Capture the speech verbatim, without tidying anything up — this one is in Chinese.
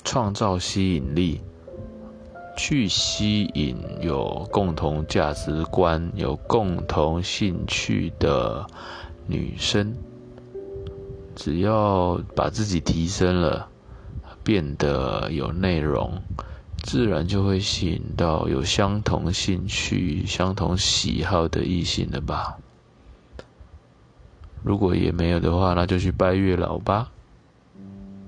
创造吸引力，去吸引有共同价值观、有共同兴趣的女生。只要把自己提升了，变得有内容，自然就会吸引到有相同兴趣、相同喜好的异性了吧。如果也没有的话，那就去拜月老吧。